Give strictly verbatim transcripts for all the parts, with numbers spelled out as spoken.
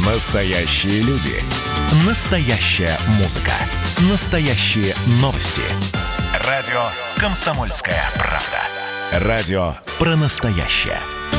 Настоящие люди. Настоящая музыка. Настоящие новости. Радио «Комсомольская правда». Радио про настоящее.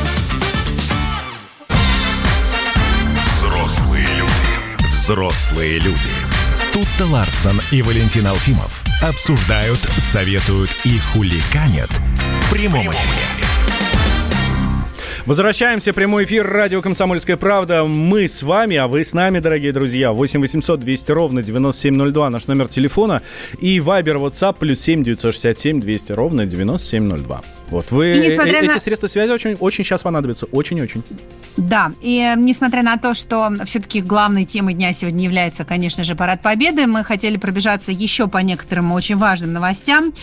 Взрослые люди. Взрослые люди. Тутта Ларсон и Валентин Алфимов обсуждают, советуют и хулиганят в прямом эфире. Возвращаемся в прямой эфир радио «Комсомольская правда». Мы с вами, а вы с нами, дорогие друзья. восемь восемьсот двести ровно девяносто семь ноль два наш номер телефона. И Вайбер, WhatsApp плюс семь девятьсот шестьдесят семь двести ровно девяносто семь ноль два. Вот вы, э- эти на... средства связи очень, очень сейчас понадобятся. Очень-очень. Да, и несмотря на то, что все-таки главной темой дня сегодня является, конечно же, Парад Победы, мы хотели пробежаться еще по некоторым очень важным новостям.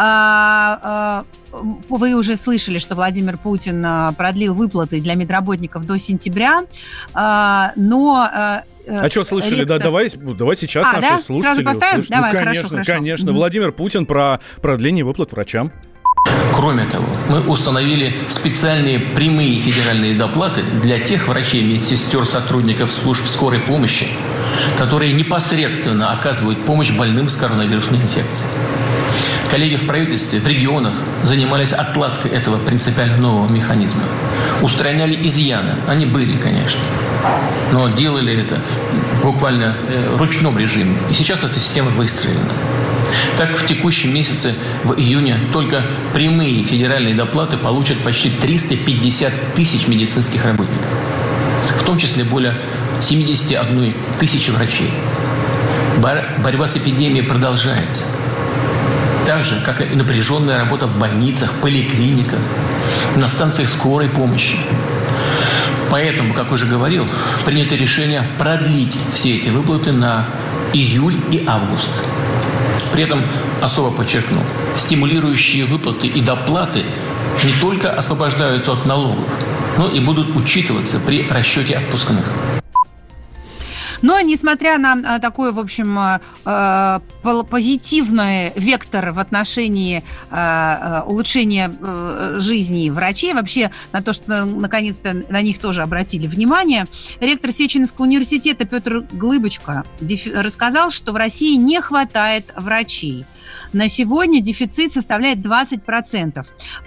Вы уже слышали, что Владимир Путин продлил выплаты для медработников до сентября, но... А что слышали? Ректор... Да, давай, давай сейчас а, наши да? слушатели Сразу поставим? услышат. Давай, ну, конечно, хорошо, хорошо. конечно. Mm-hmm. Владимир Путин про продление выплат врачам. Кроме того, мы установили специальные прямые федеральные доплаты для тех врачей, медсестер, сотрудников служб скорой помощи, которые непосредственно оказывают помощь больным с коронавирусной инфекцией. Коллеги в правительстве, в регионах занимались отладкой этого принципиально нового механизма. Устраняли изъяны. Они были, конечно. Но делали это буквально в ручном режиме. И сейчас эта система выстроена. Так, в текущем месяце, в июне, только прямые федеральные доплаты получат почти триста пятьдесят тысяч медицинских работников. В том числе более семьдесят одна тысяча врачей. Борьба с эпидемией продолжается. Так же, как и напряженная работа в больницах, поликлиниках, на станциях скорой помощи. Поэтому, как уже говорил, принято решение продлить все эти выплаты на июль и август. При этом особо подчеркну, стимулирующие выплаты и доплаты не только освобождаются от налогов, но и будут учитываться при расчете отпускных. Но, несмотря на такой, в общем, позитивный вектор в отношении улучшения жизни врачей, вообще на то, что наконец-то на них тоже обратили внимание, ректор Сеченовского университета Петр Глыбочка рассказал, что в России не хватает врачей. На сегодня дефицит составляет двадцать процентов.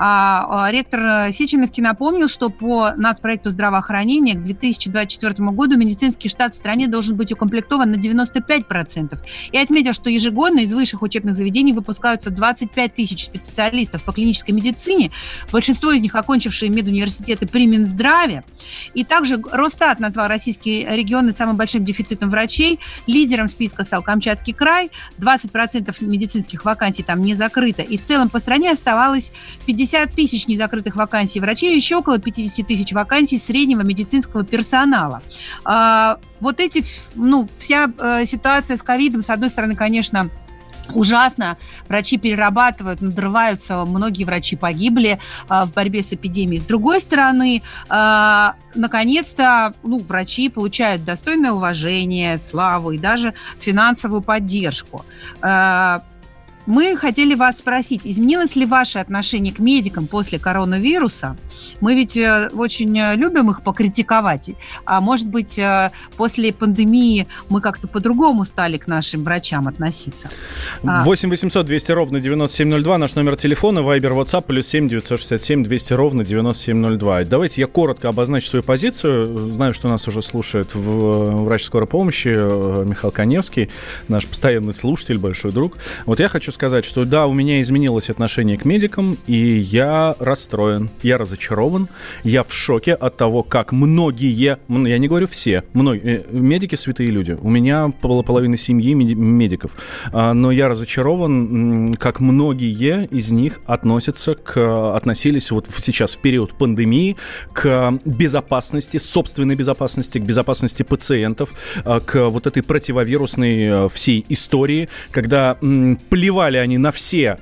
А ректор Сеченовки напомнил, что по нацпроекту здравоохранения к две тысячи двадцать четвёртому году медицинский штат в стране должен быть укомплектован на девяносто пять процентов. И отметил, что ежегодно из высших учебных заведений выпускаются двадцать пять тысяч специалистов по клинической медицине, большинство из них окончившие медуниверситеты при Минздраве. И также Росстат назвал российские регионы самым большим дефицитом врачей. Лидером списка стал Камчатский край, двадцать процентов медицинских вакансий там не закрыто. И в целом по стране оставалось пятьдесят тысяч незакрытых вакансий врачей и еще около пятьдесят тысяч вакансий среднего медицинского персонала. А, вот эти, ну, вся э, ситуация с ковидом, с одной стороны, конечно, ужасно. Врачи перерабатывают, надрываются. Многие врачи погибли а, в борьбе с эпидемией. С другой стороны, а, наконец-то ну, врачи получают достойное уважение, славу и даже финансовую поддержку. А, Мы хотели вас спросить, изменилось ли ваше отношение к медикам после коронавируса? Мы ведь очень любим их покритиковать, а может быть, после пандемии мы как-то по-другому стали к нашим врачам относиться? восемь восемьсот двести ровно девяносто семь ноль два наш номер телефона, Вайбер, WhatsApp, плюс семь девятьсот шестьдесят семь двести ровно девяносто семь ноль два. Давайте я коротко обозначу свою позицию. Знаю, что нас уже слушает в врач скорой помощи Михаил Каневский, наш постоянный слушатель, большой друг. Вот я хочу сказать, что да, у меня изменилось отношение к медикам, и я расстроен, я разочарован, я в шоке от того, как многие, я не говорю все, многие, медики святые люди, у меня половина семьи медиков, но я разочарован, как многие из них относятся к, относились вот сейчас в период пандемии к безопасности, собственной безопасности, к безопасности пациентов, к вот этой противовирусной всей истории, когда плевали они на все,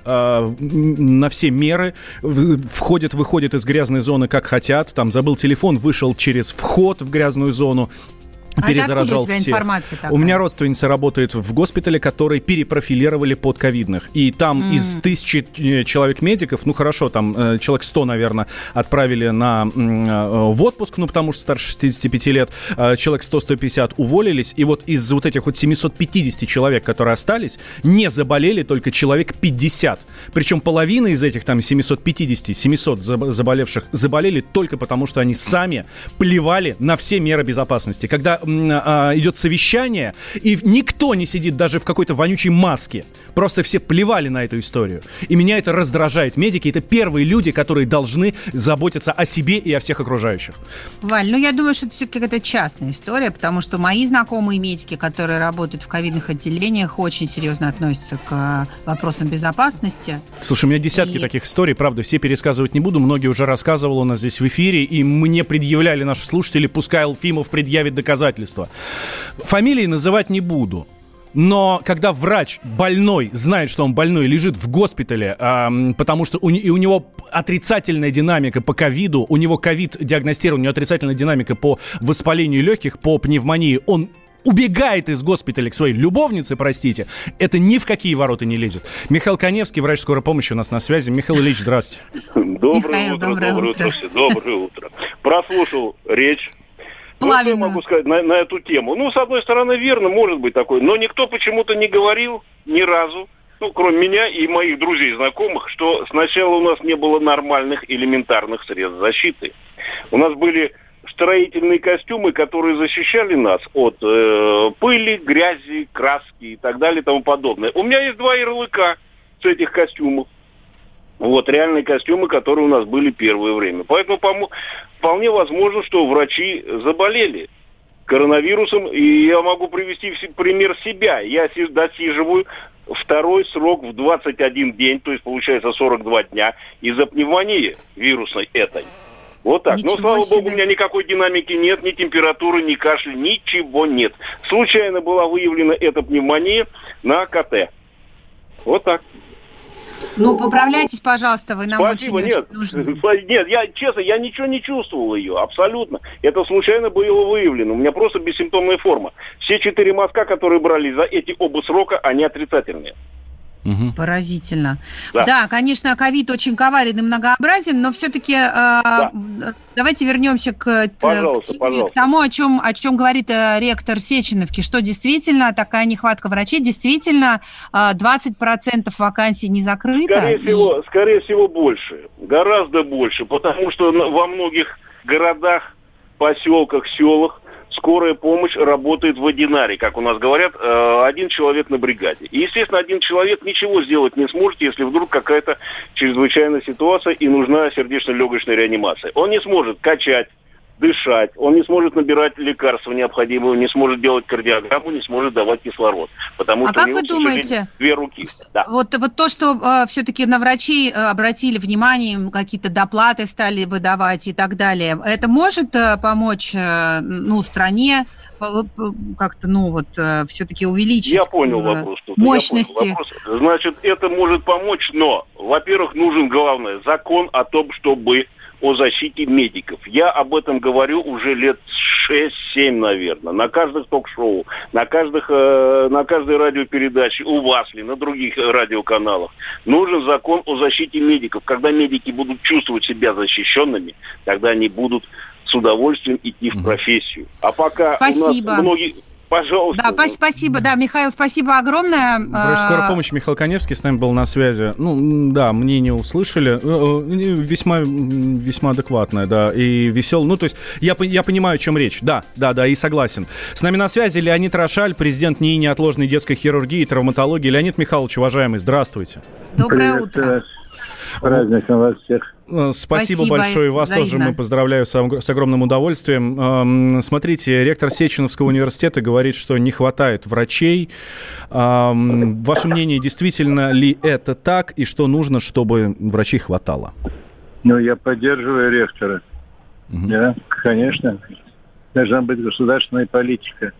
на все меры, входят, выходят из грязной зоны как хотят, там забыл телефон, вышел через вход в грязную зону. перезаражал всех. У меня родственница работает в госпитале, который перепрофилировали под ковидных. И там mm. из тысячи человек медиков, ну хорошо, там человек сто, наверное, отправили на, в отпуск, ну потому что старше шестидесяти пяти лет, человек сто - сто пятьдесят уволились. И вот из вот этих вот семисот пятидесяти человек, которые остались, не заболели только человек пятьдесят. Причем половина из этих там семисот пятидесяти, семисот заболевших заболели только потому, что они сами плевали на все меры безопасности. Когда идет совещание, и никто не сидит даже в какой-то вонючей маске. Просто все плевали на эту историю. И меня это раздражает. Медики — это первые люди, которые должны заботиться о себе и о всех окружающих. Валь, ну я думаю, что это все-таки какая-то частная история, потому что мои знакомые медики, которые работают в ковидных отделениях, очень серьезно относятся к вопросам безопасности. Слушай, у меня десятки и... таких историй, правда, все пересказывать не буду. Многие уже рассказывал у нас здесь в эфире, и мне предъявляли наши слушатели, пускай Алфимов предъявит доказательства. Фамилии называть не буду. Но когда врач больной знает, что он больной, лежит в госпитале, э, потому что у, и у него отрицательная динамика по ковиду, у него ковид диагностирован, у него отрицательная динамика по воспалению легких, по пневмонии, он убегает из госпиталя к своей любовнице, простите, это ни в какие ворота не лезет. Михаил Каневский, врач скорой помощи, у нас на связи. Михаил Ильич, здравствуйте. Доброе Михаил, утро, доброе, доброе утро. утро. Доброе утро. Прослушал речь. Ну, что я могу сказать на, на эту тему? Ну, с одной стороны, верно, может быть такое, но никто почему-то не говорил ни разу, ну, кроме меня и моих друзей и знакомых, что сначала у нас не было нормальных элементарных средств защиты. У нас были строительные костюмы, которые защищали нас от э, пыли, грязи, краски и так далее и тому подобное. У меня есть два ярлыка с этих костюмов. Вот, реальные костюмы, которые у нас были первое время. Поэтому пом- вполне возможно, что врачи заболели коронавирусом. И я могу привести пример себя. Я досиживаю второй срок в двадцать один день, то есть получается сорок два дня, из-за пневмонии вирусной этой. Вот так. Ничего Но, слава себе. Богу, у меня никакой динамики нет, ни температуры, ни кашля, ничего нет. Случайно была выявлена эта пневмония на ка тэ. Вот так. Ну, поправляйтесь, пожалуйста, вы нам Спасибо, очень, нет. очень нужны. Нет, я, честно, я ничего не чувствовал ее, абсолютно. Это случайно было выявлено. У меня просто бессимптомная форма. Все четыре мазка, которые брали за эти оба срока, они отрицательные. Угу. Поразительно. Да. да, конечно, ковид очень коварен и многообразен, но все-таки э, да. давайте вернемся к, пожалуйста, к, пожалуйста. к тому, о чем, о чем говорит э, ректор Сеченовки, что действительно такая нехватка врачей, действительно э, двадцать процентов вакансий не закрыто. Скорее, и... всего, скорее всего, больше, гораздо больше, потому что во многих городах, поселках, селах скорая помощь работает в одинаре, как у нас говорят, один человек на бригаде. И, естественно, один человек ничего сделать не сможет, если вдруг какая-то чрезвычайная ситуация и нужна сердечно-легочная реанимация. Он не сможет качать, дышать, он не сможет набирать лекарства необходимые, не сможет делать кардиограмму, не сможет давать кислород. Потому а что как у него, вы думаете, две руки. Да. Вот, вот то, что э, все-таки на врачей э, обратили внимание, какие-то доплаты стали выдавать и так далее, это может э, помочь э, ну, стране как-то, ну, вот, э, все-таки увеличить Я понял вопрос. Что мощности? Я понял вопрос. Значит, это может помочь, но, во-первых, нужен, главное, закон о том, чтобы о защите медиков. Я об этом говорю уже лет шесть-семь, наверное, на каждых ток-шоу, на, каждых, э, на каждой радиопередаче, у вас ли, на других радиоканалах. Нужен закон о защите медиков. Когда медики будут чувствовать себя защищенными, тогда они будут с удовольствием идти в профессию. А пока Спасибо. у нас многие... Пожалуйста. Да, спасибо, да, Михаил, спасибо огромное. Врач скорой помощи Михаил Каневский с нами был на связи. Ну, да, мнение услышали. Весьма, весьма адекватное, да, и веселое. Ну, то есть, я, я понимаю, о чем речь. Да, да, да, и согласен. С нами на связи Леонид Рошаль, президент НИИ неотложной детской хирургии и травматологии. Леонид Михайлович, уважаемый, здравствуйте. Доброе утро. С праздником вас всех. Спасибо, Спасибо большое. Вас взаимно. Тоже мы поздравляю с, с огромным удовольствием. Смотрите, ректор Сеченовского университета говорит, что не хватает врачей. Ваше мнение, действительно ли это так? И что нужно, чтобы врачей хватало? Ну, я поддерживаю ректора. Угу. Да, конечно. Должна быть государственная политика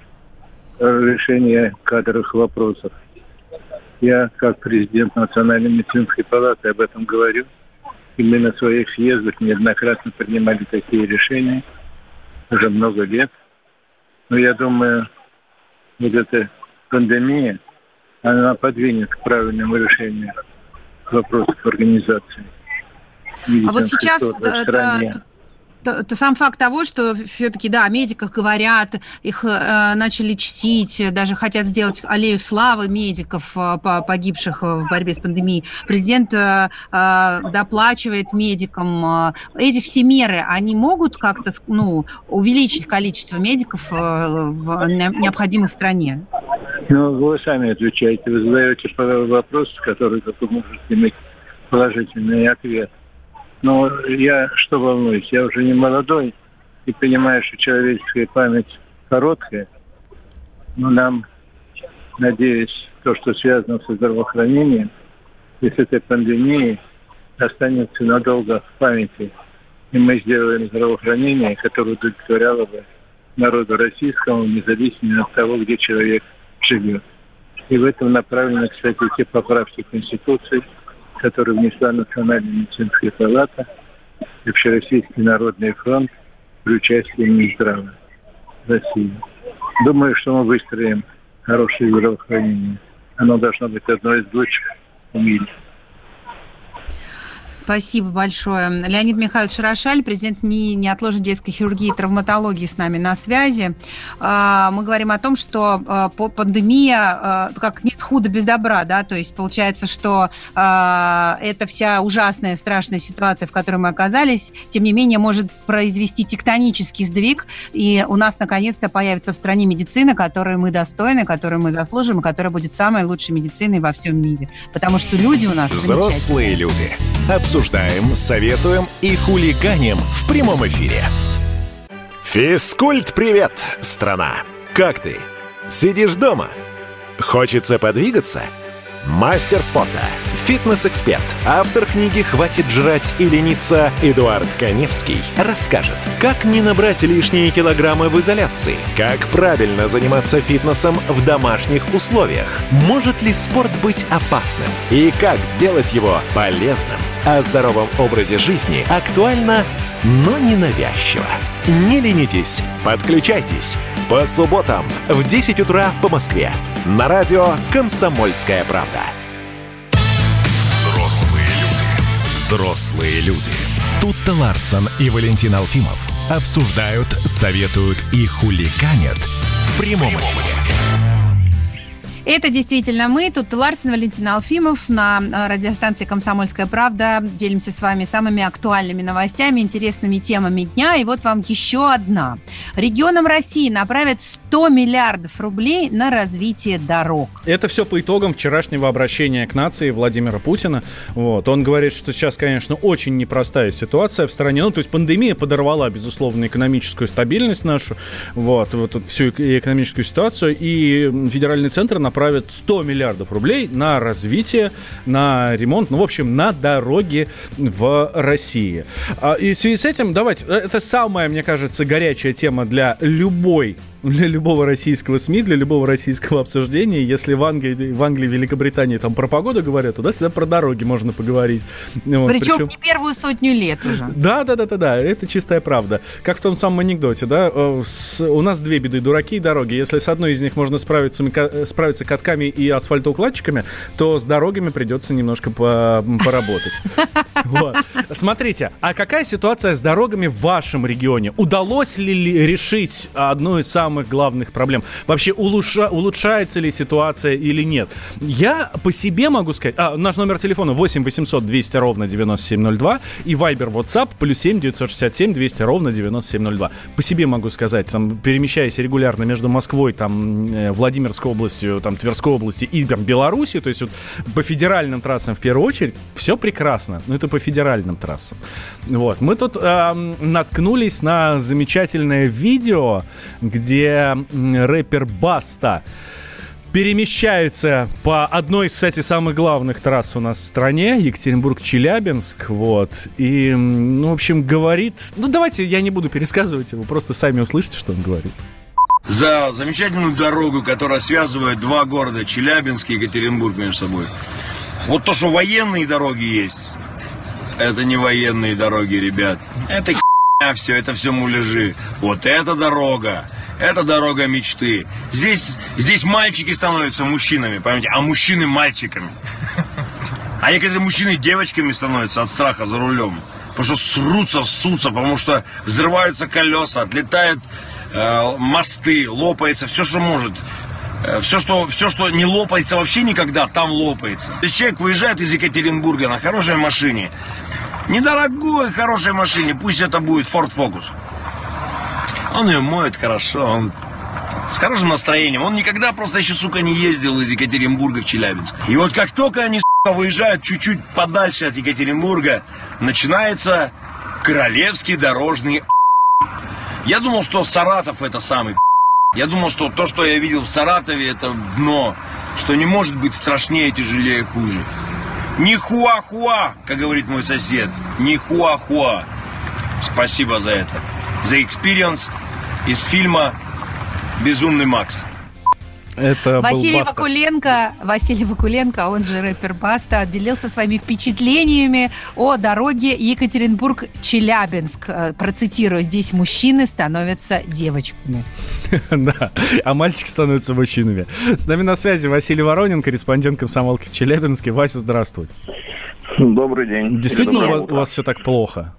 решения кадровых вопросов. Я, как президент Национальной медицинской палаты, об этом говорю. И мы на своих съездах неоднократно принимали такие решения. Уже много лет. Но я думаю, вот эта пандемия, она подвинет к правильному решению вопросов организации. А вот сейчас это, это сам факт того, что все-таки, да, о медиках говорят, их э, начали чтить, даже хотят сделать аллею славы медиков, э, погибших в борьбе с пандемией. Президент э, э, доплачивает медикам. Эти все меры, они могут как-то, ну, увеличить количество медиков э, в необходимых стране? Ну, вы сами отвечаете. Вы задаете вопрос, который может иметь положительный ответ. Но я что волнуюсь? Я уже не молодой и понимаю, что человеческая память короткая. Но нам, надеюсь, то, что связано со здравоохранением и с этой пандемией, останется надолго в памяти. И мы сделаем здравоохранение, которое удовлетворяло бы народу российскому, независимо от того, где человек живет. И в этом направлены, кстати, те поправки в Конституции, которые внесла Национальная медицинская палата и Общероссийский народный фронт при участии Минздрава России. Думаю, что мы выстроим хорошее здравоохранение. Оно должно быть одной из лучших в мире. Спасибо большое. Леонид Михайлович Рошаль, президент НИИ неотложной детской хирургии и травматологии, с нами на связи. Мы говорим о том, что пандемия, как нет худа без добра, да, то есть получается, что эта вся ужасная, страшная ситуация, в которой мы оказались, тем не менее, может произвести тектонический сдвиг, и у нас наконец-то появится в стране медицина, которой мы достойны, которую мы заслужим, и которая будет самой лучшей медициной во всем мире. Потому что люди у нас взрослые люди. Обсуждаем, советуем и хулиганим в прямом эфире. Физкульт-привет, страна! Как ты? Сидишь дома? Хочется подвигаться? Мастер спорта, фитнес-эксперт, автор книги «Хватит жрать и лениться» Эдуард Каневский расскажет, как не набрать лишние килограммы в изоляции, как правильно заниматься фитнесом в домашних условиях, может ли спорт быть опасным и как сделать его полезным. О здоровом образе жизни актуально, но не навязчиво. Не ленитесь, подключайтесь. По субботам в десять утра по Москве. На радио «Комсомольская правда». Взрослые люди. Взрослые люди. Тут-то Ларсон и Валентин Алфимов обсуждают, советуют и хулиганят в прямом эфире. Это действительно мы. Тут Ларсон, Валентин Алфимов на радиостанции «Комсомольская правда». Делимся с вами самыми актуальными новостями, интересными темами дня. И вот вам еще одна. Регионам России направят сто миллиардов рублей на развитие дорог. Это все по итогам вчерашнего обращения к нации Владимира Путина. Вот. Он говорит, что сейчас, конечно, очень непростая ситуация в стране. Ну, то есть пандемия подорвала, безусловно, экономическую стабильность нашу, вот, вот всю экономическую ситуацию. И федеральный центр на направят сто миллиардов рублей на развитие, на ремонт, ну, в общем, на дороги в России. И в связи с этим, давайте, это самая, мне кажется, горячая тема для любой для любого российского СМИ, для любого российского обсуждения. Если в Англии, в Англии, Великобритании там про погоду говорят, то да, всегда про дороги можно поговорить. Вот, причем, причем не первую сотню лет уже. Да, да, да, да, да, это чистая правда. Как в том самом анекдоте, да, с, у нас две беды: дураки и дороги. Если с одной из них можно справиться, справиться катками и асфальтоукладчиками, то с дорогами придется немножко по, поработать. Вот. Смотрите, а какая ситуация с дорогами в вашем регионе? Удалось ли решить одну из самых главных проблем? Вообще улучша, улучшается ли ситуация или нет? Я по себе могу сказать... А, наш номер телефона восемь восемьсот двести ровно девяносто семь ноль два и Viber, WhatsApp плюс семь девятьсот шестьдесят семь двести ровно девяносто семь ноль два. По себе могу сказать, там, перемещаясь регулярно между Москвой, там, Владимирской областью, там, Тверской областью и там, Белоруссией, то есть вот, по федеральным трассам в первую очередь, все прекрасно. Но это по федеральным трассам. Вот. Мы тут э, наткнулись на замечательное видео, где рэпер Баста перемещается по одной из, кстати, самых главных трасс у нас в стране, Екатеринбург-Челябинск, вот, и, ну, в общем, говорит... Ну, давайте я не буду пересказывать его, просто сами услышите, что он говорит. За замечательную дорогу, которая связывает два города, Челябинск и Екатеринбург, между собой. Вот то, что военные дороги есть, это не военные дороги, ребят. Это херня все, это все муляжи. Вот эта дорога, Это дорога мечты. Здесь, здесь мальчики становятся мужчинами, понимаете, а мужчины мальчиками. А некоторые мужчины девочками становятся от страха за рулем. Потому что срутся, ссутся, потому что взрываются колеса, отлетают э, мосты, лопается все, что может. Э, все, что, все, что не лопается вообще никогда, там лопается. То есть человек выезжает из Екатеринбурга на хорошей машине, недорогой хорошей машине, пусть это будет Ford Focus. Он ее моет хорошо, он с хорошим настроением. Он никогда просто еще, сука, не ездил из Екатеринбурга в Челябинск. И вот как только они, сука, выезжают чуть-чуть подальше от Екатеринбурга, начинается королевский дорожный. Я думал, что Саратов это самый. Я думал, что то, что я видел в Саратове, это дно. Что не может быть страшнее, тяжелее, хуже. Нихуахуа, как говорит мой сосед. Нихуахуа. Спасибо за это. За экспириенс из фильма «Безумный Макс». Это Василий был Вакуленко, Василий Вакуленко, он же рэпер Баста, делился своими впечатлениями о дороге Екатеринбург-Челябинск. Процитирую, здесь мужчины становятся девочками. Да, а мальчики становятся мужчинами. С нами на связи Василий Воронин, корреспондент «Комсомолки» в Челябинске. Вася, здравствуй. Добрый день. Действительно у вас все так плохо?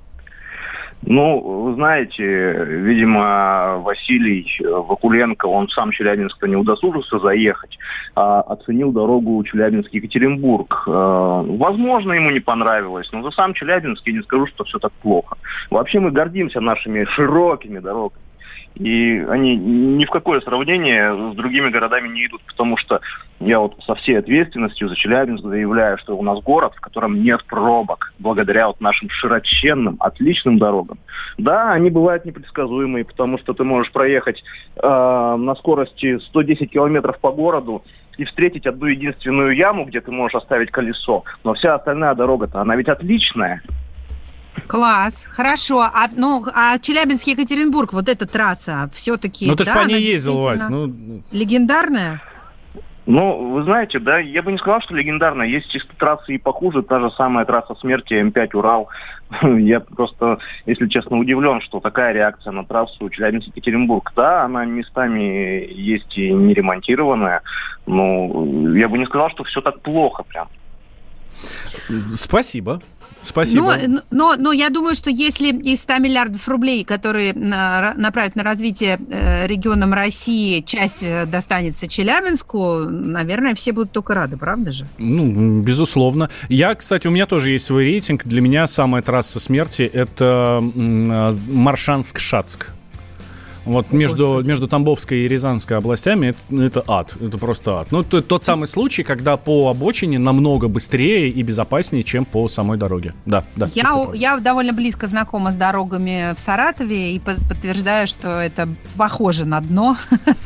Ну, вы знаете, видимо, Василий Вакуленко, он сам в Челябинск-то не удосужился заехать, а оценил дорогу Челябинск-Екатеринбург. Возможно, ему не понравилось, но за сам Челябинск я не скажу, что все так плохо. Вообще мы гордимся нашими широкими дорогами. И они ни в какое сравнение с другими городами не идут, потому что я вот со всей ответственностью за Челябинск заявляю, что у нас город, в котором нет пробок, благодаря вот нашим широченным, отличным дорогам. Да, они бывают непредсказуемые, потому что ты можешь проехать э, на скорости сто десять километров по городу и встретить одну единственную яму, где ты можешь оставить колесо, но вся остальная дорога-то, она ведь отличная. Класс, хорошо. А, ну, а Челябинск-Екатеринбург, вот эта трасса, все-таки... Ну, ты да, же по ней ездил, Вась. Ну... Легендарная? Ну, вы знаете, да, я бы не сказал, что легендарная. Есть чисто трассы и похуже. Та же самая трасса смерти эм пять Урал. Я просто, если честно, удивлен, что такая реакция на трассу Челябинск-Екатеринбург. Да, она местами есть и не ремонтированная. Но я бы не сказал, что все так плохо прям. Спасибо. Спасибо. Но, но, но я думаю, что если из ста миллиардов рублей, которые на, направят на развитие э, регионам России, часть достанется Челябинску, наверное, все будут только рады, правда же? Ну, безусловно. Я, кстати, у меня тоже есть свой рейтинг. Для меня самая трасса смерти – это э, Моршанск-Шацк. Вот между, между Тамбовской и Рязанской областями это, это ад, это просто ад. Ну, тот, тот самый случай, когда по обочине намного быстрее и безопаснее, чем по самой дороге. Да, да. Я, я довольно близко знакома с дорогами в Саратове и подтверждаю, что это похоже на дно.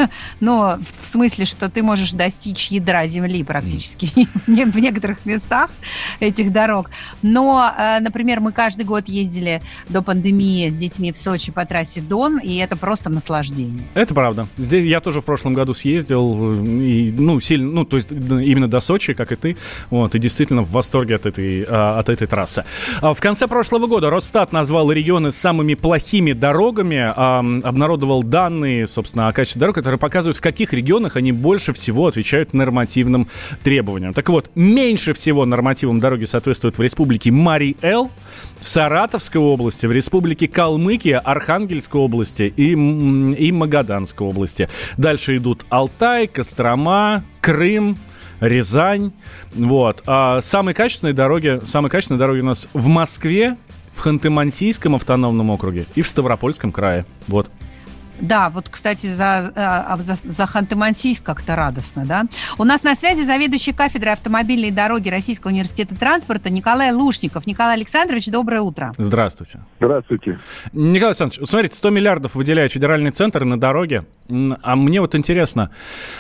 Но в смысле, что ты можешь достичь ядра земли практически в некоторых местах этих дорог. Но, например, мы каждый год ездили до пандемии с детьми в Сочи по трассе Дон, и это просто наслаждение. Это правда. Здесь я тоже в прошлом году съездил, и, ну, сильно, ну, то есть именно до Сочи, как и ты, вот, и действительно в восторге от этой, от этой трассы. В конце прошлого года Росстат назвал регионы с самыми плохими дорогами, обнародовал данные, собственно, о качестве дорог, которые показывают, в каких регионах они больше всего отвечают нормативным требованиям. Так вот, меньше всего нормативам дороги соответствуют в республике Марий-Эл, в Саратовской области, в республике Калмыкия, Архангельской области и, и Магаданской области. Дальше идут Алтай, Кострома, Крым, Рязань. Вот. А самые качественные дороги, самые качественные дороги у нас в Москве, в Ханты-Мансийском автономном округе и в Ставропольском крае. Вот. Да, вот, кстати, за, за, за Ханты-Мансийск как-то радостно, да? У нас на связи заведующий кафедрой автомобильной дороги Российского университета транспорта Николай Лушников. Николай Александрович, доброе утро. Здравствуйте. Здравствуйте. Николай Александрович, смотрите, сто миллиардов выделяет федеральный центр на дороге. А мне вот интересно,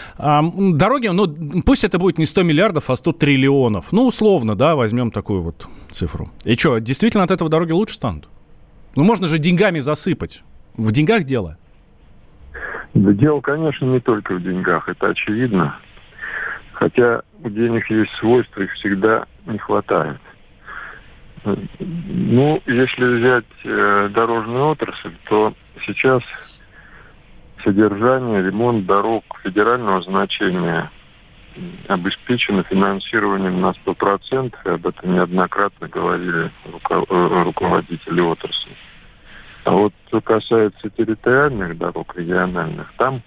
дороги, ну, пусть это будет не сто миллиардов, а сто триллионов. Ну, условно, да, возьмем такую вот цифру. И что, действительно от этого дороги лучше станут? Ну, можно же деньгами засыпать. В деньгах дело. Да дело, конечно, не только в деньгах, это очевидно. Хотя у денег есть свойства, их всегда не хватает. Ну, если взять э, дорожную отрасль, то сейчас содержание, ремонт дорог федерального значения обеспечено финансированием на сто процентов, и об этом неоднократно говорили руководители отрасли. А вот что касается территориальных дорог, региональных, там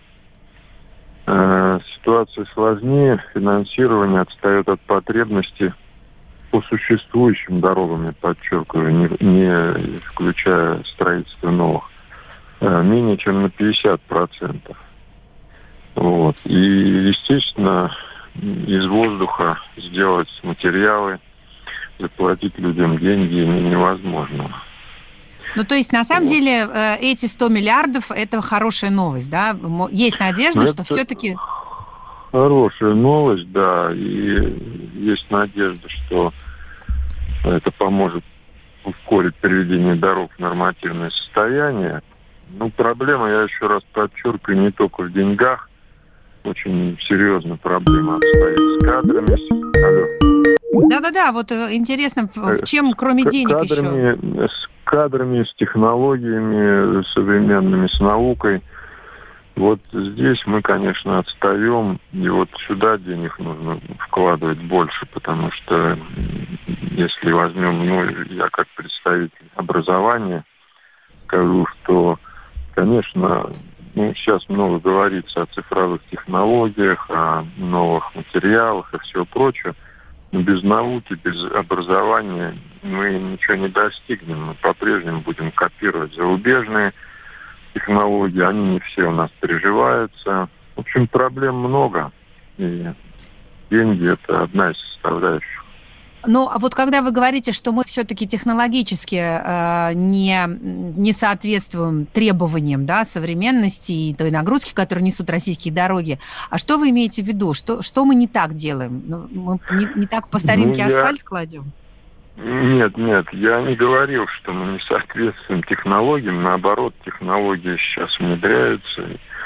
э, ситуация сложнее, финансирование отстает от потребностей по существующим дорогам, я подчеркиваю, не, не включая строительство новых, э, менее чем на пятьдесят процентов. Вот. И, естественно, из воздуха сделать материалы, заплатить людям деньги невозможно. Ну, то есть, на самом вот. деле, эти сто миллиардов – это хорошая новость, да? Есть надежда, это что все-таки… Хорошая новость, да. И есть надежда, что это поможет ускорить приведение дорог в нормативное состояние. Ну, проблема, я еще раз подчеркиваю, не только в деньгах. Очень серьезная проблема обстоит с кадрами. Алло. Да-да-да, вот интересно, в чем, кроме К- денег кадрами, еще? С кадрами, с технологиями современными, с наукой. Вот здесь мы, конечно, отстаем, и вот сюда денег нужно вкладывать больше, потому что если возьмем, ну, я как представитель образования скажу, что, конечно, ну, сейчас много говорится о цифровых технологиях, о новых материалах и все прочее. Но без науки, без образования мы ничего не достигнем. Мы по-прежнему будем копировать зарубежные технологии. Они не все у нас приживаются. В общем, проблем много. И деньги – это одна из составляющих. Ну, а вот когда вы говорите, что мы все-таки технологически э, не, не соответствуем требованиям, да, современности и той нагрузки, которую несут российские дороги, а что вы имеете в виду? Что, что мы не так делаем? Ну, мы не, не так по старинке ну, я... асфальт кладем? Нет, нет, я не говорил, что мы не соответствуем технологиям. Наоборот, технологии сейчас внедряются,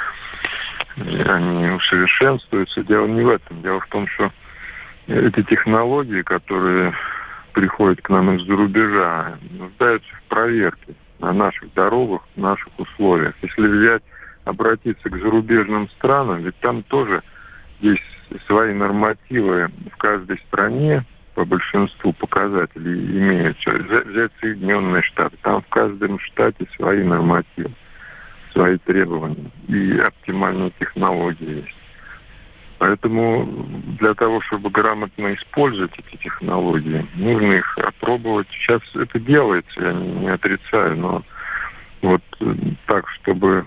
и они усовершенствуются. Дело не в этом. Дело в том, что эти технологии, которые приходят к нам из-за рубежа, нуждаются в проверке на наших дорогах, в наших условиях. Если взять, обратиться к зарубежным странам, ведь там тоже есть свои нормативы в каждой стране, по большинству показателей имеются. Взять Соединенные Штаты, там в каждом штате свои нормативы, свои требования и оптимальные технологии есть. Поэтому для того, чтобы грамотно использовать эти технологии, нужно их опробовать. Сейчас это делается, я не, не отрицаю, но вот так, чтобы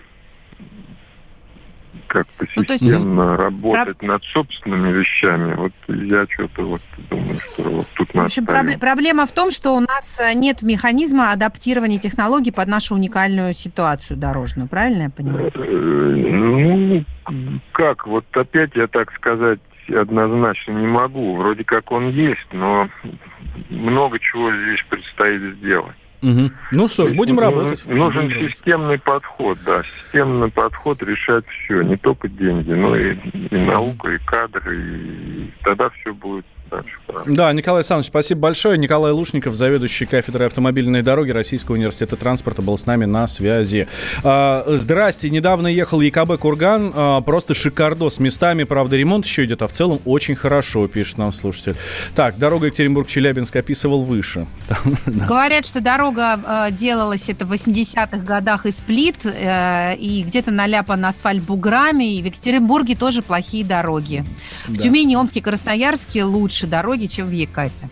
как-то системно ну, есть, работать про... над собственными вещами, вот я что-то вот думаю, что вот тут надо. В общем, проб... проблема в том, что у нас нет механизма адаптирования технологий под нашу уникальную ситуацию дорожную, правильно я понимаю? Ну, как, вот опять я так сказать однозначно не могу. Вроде как он есть, но много чего здесь предстоит сделать. Угу. Ну что ж, будем нужен, работать. Нужен будем системный подход, да. Системный подход решать все. Не только деньги, но и, и наука, и кадры, и тогда все будет дальше. Да, Николай Александрович, спасибо большое. Николай Лушников, заведующий кафедрой автомобильной дороги Российского университета транспорта, был с нами на связи. А, здрасте, недавно ехал ЕКБ Курган, а, просто шикардос. Местами, правда, ремонт еще идет, а в целом очень хорошо, пишет нам слушатель. Так, дорога Екатеринбург-Челябинск описывал выше. Говорят, что дорога э, делалась это в восьмидесятых годах из плит, э, и где-то наляпан асфальт буграми, и в Екатеринбурге тоже плохие дороги. Да. В Тюмени, Омске, Красноярске лучше дороги, чем в Екате.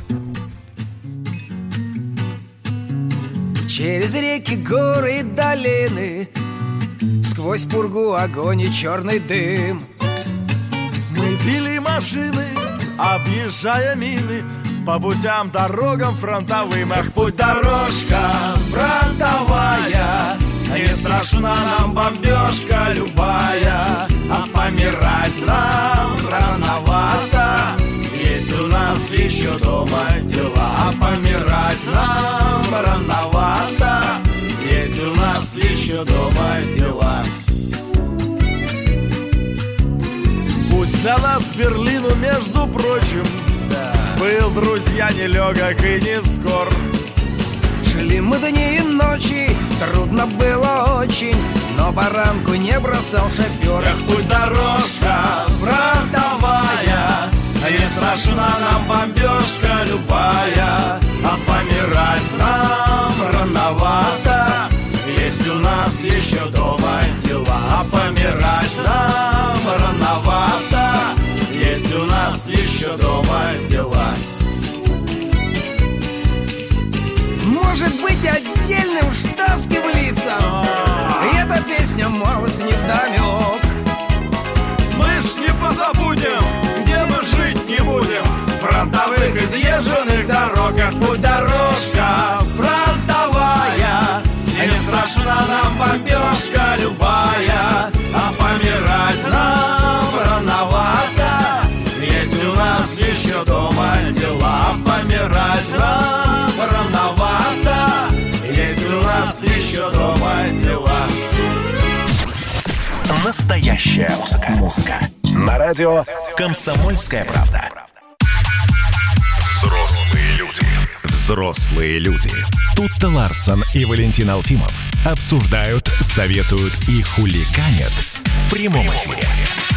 Через реки, горы и долины, сквозь пургу, огонь и черный дым. Мы вели машины, объезжая мины, по путям, дорогам фронтовым. Эх, путь дорожка фронтовая, не страшна нам бомбежка любая, а помирать нам рановато. Есть у нас еще дома дела, а помирать нам рановато. Есть у нас еще дома дела. Путь для нас к Берлину, между прочим, да, был, друзья, нелегок и не скор. Работали мы дни и ночи, трудно было очень, но баранку не бросал шофер. Эх, путь дорожка фронтовая, не страшна нам бомбежка любая, а помирать нам рановато, есть у нас еще дома дела. А помирать нам рановато, есть у нас еще дома дела. Может быть, отдельным штатским лицам эта песня малость невдомек. Мы ж не позабудем, где мы жить не будем, фронтовых изъезженных дорогах. Путь дорожка фронтовая, и не страшна нам бомбежка любая, а помирать нам рановато, есть у нас еще дома дела. А помирать нам рановато, есть у нас еще дома дела. Настоящая музыка. Музыка. На радио «Комсомольская правда». Взрослые люди. Взрослые люди. Тутта Ларсон и Валентин Алфимов обсуждают, советуют и хулиганят в прямом эфире.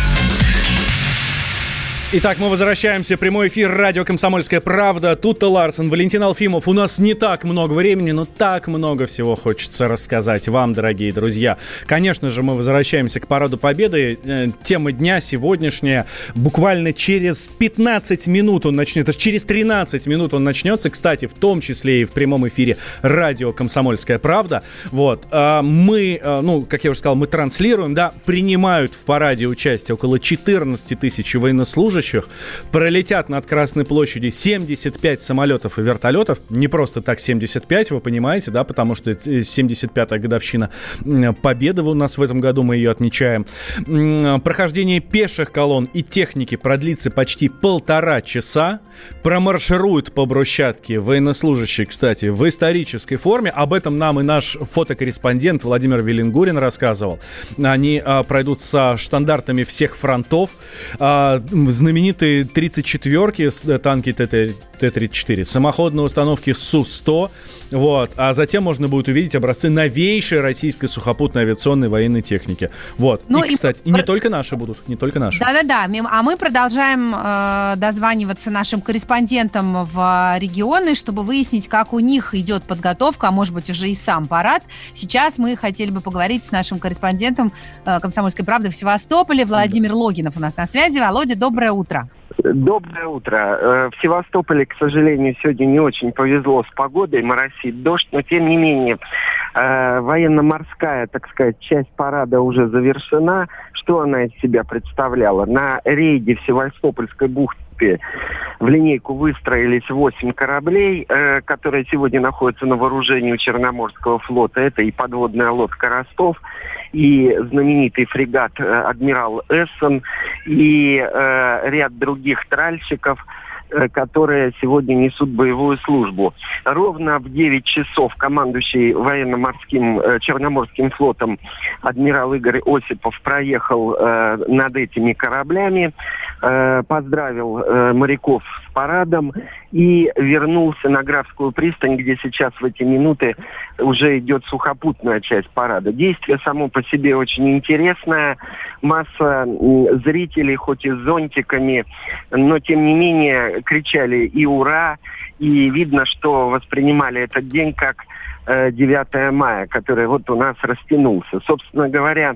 Итак, мы возвращаемся. Прямой эфир радио «Комсомольская правда». Тутта Ларсон, Валентин Алфимов. У нас не так много времени, но так много всего хочется рассказать вам, дорогие друзья. Конечно же, мы возвращаемся к Параду Победы. Тема дня сегодняшняя. Буквально через пятнадцать минут он начнется. Через тринадцать минут он начнется. Кстати, в том числе и в прямом эфире радио «Комсомольская правда». Вот. Мы, ну, как я уже сказал, мы транслируем, да, принимают в параде участие около четырнадцать тысяч военнослужащих. Пролетят над Красной площадью семьдесят пять самолетов и вертолетов. Не просто так семьдесят пять, вы понимаете, да, потому что семьдесят пятая годовщина Победы у нас в этом году, мы ее отмечаем. Прохождение пеших колонн и техники продлится почти полтора часа. Промаршируют по брусчатке военнослужащие, кстати, в исторической форме. Об этом нам и наш фотокорреспондент Владимир Велингурин рассказывал. Они а, пройдут со штандартами всех фронтов. А, знаменитые тридцать четвёрки, танки Т тридцать четыре, самоходные установки Су сто, вот, а затем можно будет увидеть образцы новейшей российской сухопутной авиационной военной техники. Вот, ну и, кстати, и... и не только наши будут, не только наши. Да-да-да, а мы продолжаем э, дозваниваться нашим корреспондентам в регионы, чтобы выяснить, как у них идет подготовка, а может быть уже и сам парад. Сейчас мы хотели бы поговорить с нашим корреспондентом э, «Комсомольской правды» в Севастополе. Владимир Логинов у нас на связи. Володя, доброе утро. Доброе утро. В Севастополе, к сожалению, сегодня не очень повезло с погодой, моросит дождь, но тем не менее военно-морская, так сказать, часть парада уже завершена. Что она из себя представляла? На рейде в Севастопольской бухте в линейку выстроились восемь кораблей, э, которые сегодня находятся на вооружении у Черноморского флота. Это и подводная лодка «Ростов», и знаменитый фрегат э, «Адмирал Эссон», и э, ряд других тральщиков, э, которые сегодня несут боевую службу. Ровно в девять часов командующий военно-морским э, Черноморским флотом адмирал Игорь Осипов проехал э, над этими кораблями, э, поздравил э, моряков с парадом и вернулся на Графскую пристань, где сейчас в эти минуты уже идет сухопутная часть парада. Действие само по себе очень интересное. Масса зрителей, хоть и с зонтиками, но тем не менее кричали и «Ура!», и видно, что воспринимали этот день как девятое мая, который вот у нас растянулся. Собственно говоря,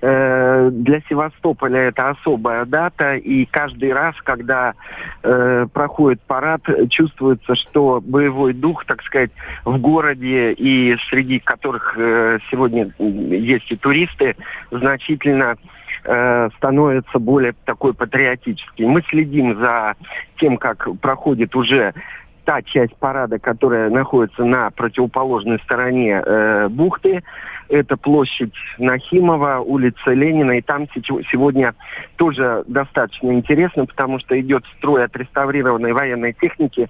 для Севастополя это особая дата, и каждый раз, когда проходит парад, чувствуется, что боевой дух, так сказать, в городе, и среди которых сегодня есть и туристы, значительно становится более такой патриотический. Мы следим за тем, как проходит уже та часть парада, которая находится на противоположной стороне э, бухты. Это площадь Нахимова, улица Ленина. И там сегодня тоже достаточно интересно, потому что идет строй отреставрированной военной техники.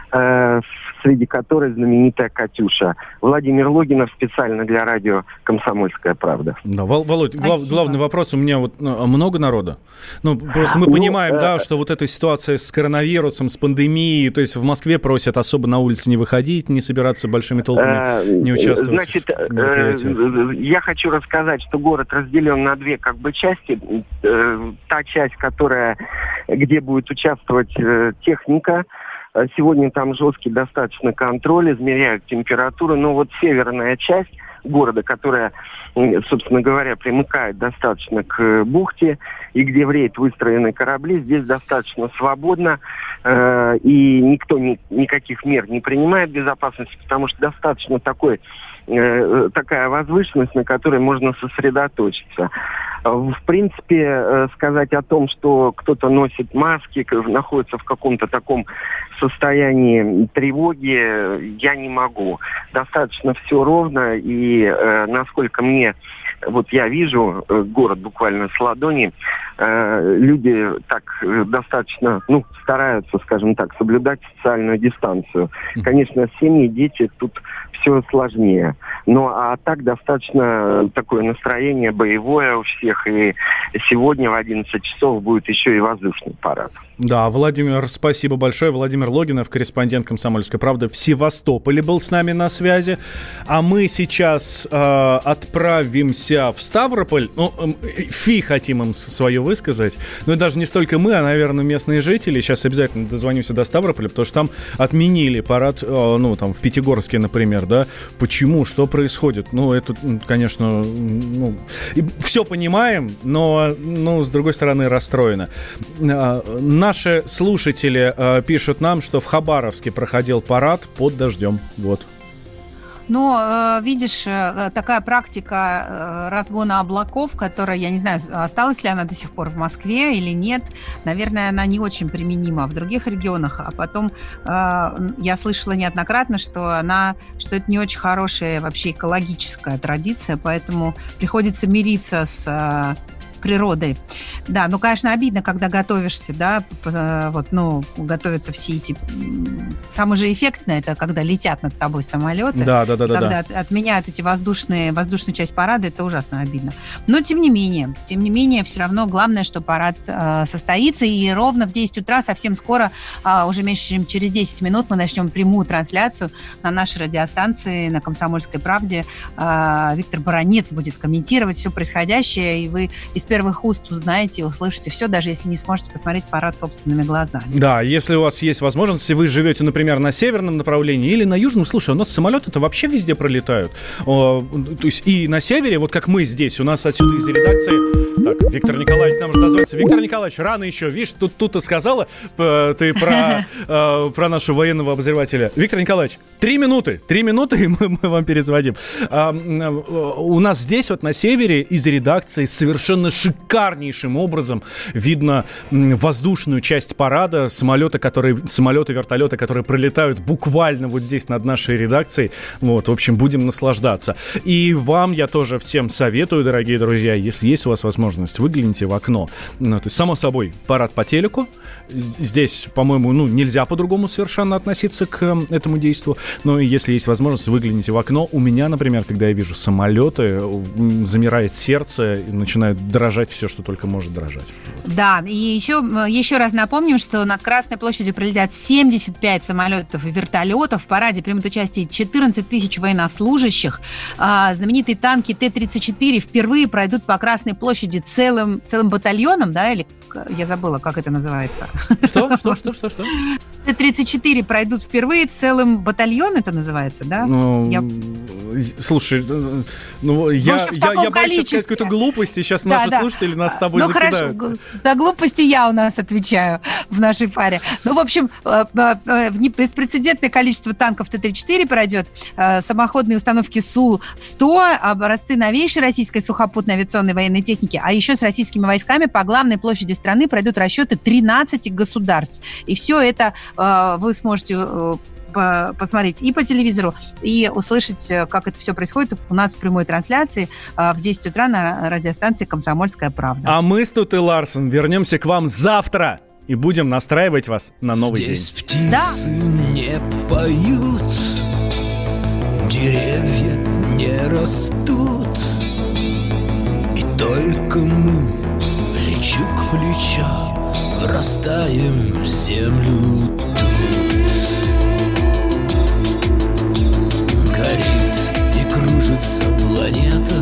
э, среди которой знаменитая «Катюша». Владимир Логинов специально для радио «Комсомольская правда». Да, Володь, глав, главный вопрос у меня, вот много народа? Ну, просто мы понимаем, ну, да, э... что вот эта ситуация с коронавирусом, с пандемией, то есть в Москве просят особо на улице не выходить, не собираться большими толпами, не участвовать. Значит, в мероприятиях. Я хочу рассказать, что город разделен на две как бы части. Та часть, которая, где будет участвовать техника. Сегодня там жесткий достаточно контроль, измеряют температуру. Но вот северная часть города, которая, собственно говоря, примыкает достаточно к бухте, и где в рейд выстроены корабли, здесь достаточно свободно, э, и никто ни, никаких мер не принимает безопасности, потому что достаточно такой, э, такая возвышенность, на которой можно сосредоточиться. В принципе, э, сказать о том, что кто-то носит маски, находится в каком-то таком состоянии тревоги, я не могу. Достаточно все ровно, и э, насколько мне, вот я вижу э, город буквально с ладони, э, люди так э, достаточно, ну, стараются, скажем так, соблюдать социальную дистанцию. Конечно, семьи, дети, тут все сложнее. Ну, а так достаточно такое настроение боевое у всех, и сегодня в одиннадцать часов будет еще и воздушный парад. Да, Владимир, спасибо большое. Владимир Логинов, корреспондент «Комсомольской правды» в Севастополе, был с нами на связи. А мы сейчас э, отправимся в Ставрополь. Ну, э, фи хотим им свое высказать. Но и даже не столько мы, а, наверное, местные жители. Сейчас обязательно дозвонимся до Ставрополя, потому что там отменили парад, э, ну, там, в Пятигорске, например, да. Почему? Что происходит? Ну, это, конечно, ну, все понимаем, но, ну, с другой стороны, расстроено. Наши слушатели э, пишут нам, что в Хабаровске проходил парад под дождем. Вот. Но, видишь, такая практика разгона облаков, которая, я не знаю, осталась ли она до сих пор в Москве или нет, наверное, она не очень применима в других регионах. А потом я слышала неоднократно, что она, что это не очень хорошая вообще экологическая традиция, поэтому приходится мириться с природой. Да, ну, конечно, обидно, когда готовишься, да, вот, ну, готовятся все эти... Самое же эффектное, это когда летят над тобой самолеты. Да, да, да, да. Когда да. отменяют эти воздушные, воздушную часть парада, это ужасно обидно. Но, тем не менее, тем не менее, все равно главное, что парад э, состоится, и ровно в десять утра, совсем скоро, э, уже меньше, чем через десять минут, мы начнем прямую трансляцию на нашей радиостанции, на «Комсомольской правде». Э, Виктор Баранец будет комментировать все происходящее, и вы из первых уст узнаете и услышите все, даже если не сможете посмотреть парад собственными глазами. Да, если у вас есть возможность, если вы живете, например, на северном направлении или на южном, слушай, у нас самолеты-то вообще везде пролетают. О, то есть и на севере, вот как мы здесь, у нас отсюда из редакции... Так, Виктор Николаевич нам же дозвонится. Виктор Николаевич, рано еще, видишь, тут, тут ты сказала, ты про, э, про нашего военного обозревателя. Виктор Николаевич, три минуты, три минуты, и мы, мы вам перезвоним. А, у нас здесь, вот на севере, из редакции совершенно шикарнейшим образом видно воздушную часть парада, самолеты, которые, самолеты, вертолеты, которые пролетают буквально вот здесь над нашей редакцией. Вот, в общем, будем наслаждаться. И вам я тоже всем советую, дорогие друзья, если есть у вас возможность, выгляните в окно. Ну, то есть, само собой, парад по телеку. Здесь, по-моему, ну, нельзя по-другому совершенно относиться к этому действу. Но если есть возможность, выгляните в окно. У меня, например, когда я вижу самолеты, замирает сердце и начинает дрожать все, что только может дрожать. Да, и еще, еще раз напомним, что над Красной площадью пролетят семьдесят пять самолетов и вертолетов. В параде примут участие четырнадцать тысяч военнослужащих. Знаменитые танки Т тридцать четыре впервые пройдут по Красной площади целым, целым батальоном, да, или я забыла, как это называется. Что? Что? Что? Что? Что? Т тридцать четыре пройдут впервые целым батальон, это называется, да? Ну, я... Слушай, ну, я, общем, я, я боюсь сейчас сказать какую-то глупость, и сейчас да, наши да. слушатели нас с тобой ну, закидают. Хорошо, до глупости я у нас отвечаю в нашей паре. Ну, в общем, беспрецедентное количество танков Т тридцать четыре пройдет, самоходные установки Су сто, образцы новейшей российской сухопутной авиационной военной техники, а еще с российскими войсками по главной площади страны пройдут расчеты тринадцати государств. И все это э, вы сможете э, посмотреть и по телевизору, и услышать, как это все происходит у нас в прямой трансляции э, в десять утра на радиостанции «Комсомольская правда». А мы с Тутой Ларсен вернемся к вам завтра. и будем настраивать вас на новый Здесь день. Птицы Да. не поют, деревья не растут, и только мы, плечо к плечу, врастаем в землю тут. Горит и кружится планета,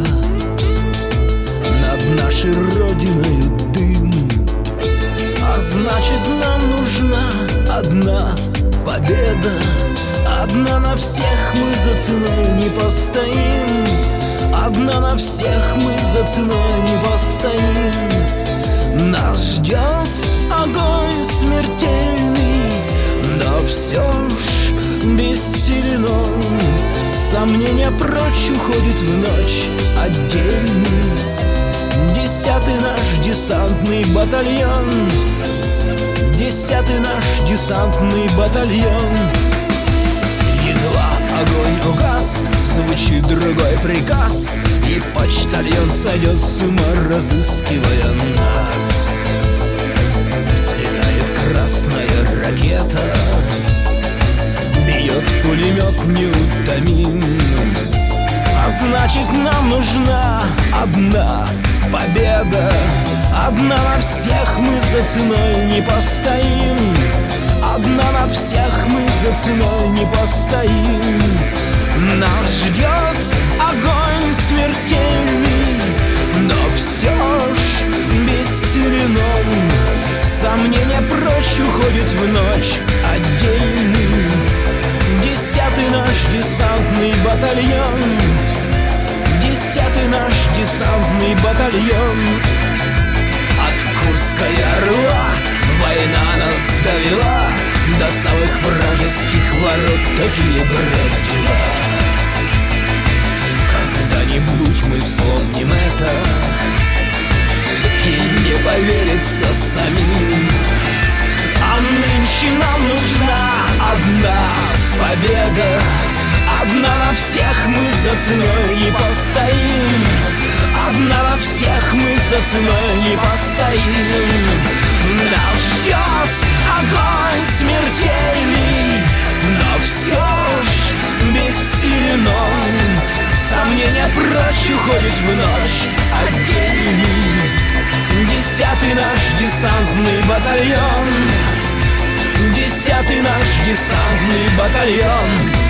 над нашей родиной дым. А значит, нам нужна одна победа. Одна на всех мы за ценой не постоим. Одна на всех мы за ценой не постоим. Нас ждет огонь смертельный, но все ж бессилен он. Сомнения прочь уходит в ночь отдельный. Десятый наш десантный батальон, десятый наш десантный батальон. Едва огонь угас, звучит другой приказ, и почтальон сойдет с ума, разыскивая нас. Взлетает красная ракета, бьет пулемет неутомим. А значит, нам нужна одна победа. Одна на всех мы за ценой не постоим. Одна на всех мы за ценой не постоим. Нас ждет огонь смертельный, но все ж бессилен он. Сомнения прочь уходит в ночь отдельный. Десятый наш десантный батальон, десятый наш десантный батальон. От Курской Орла война нас довела до самых вражеских ворот. Такие, брат, дела. Когда-нибудь мы вспомним это и не поверится самим. А нынче нам нужна одна победа. Одна на всех мы за ценой не постоим. Одна на всех мы за ценой не постоим. Нас ждет огонь смертельный, но все ж бессилен он. Сомнения прочь уходит в ночь отдельный. Десятый наш десантный батальон, десятый наш десантный батальон.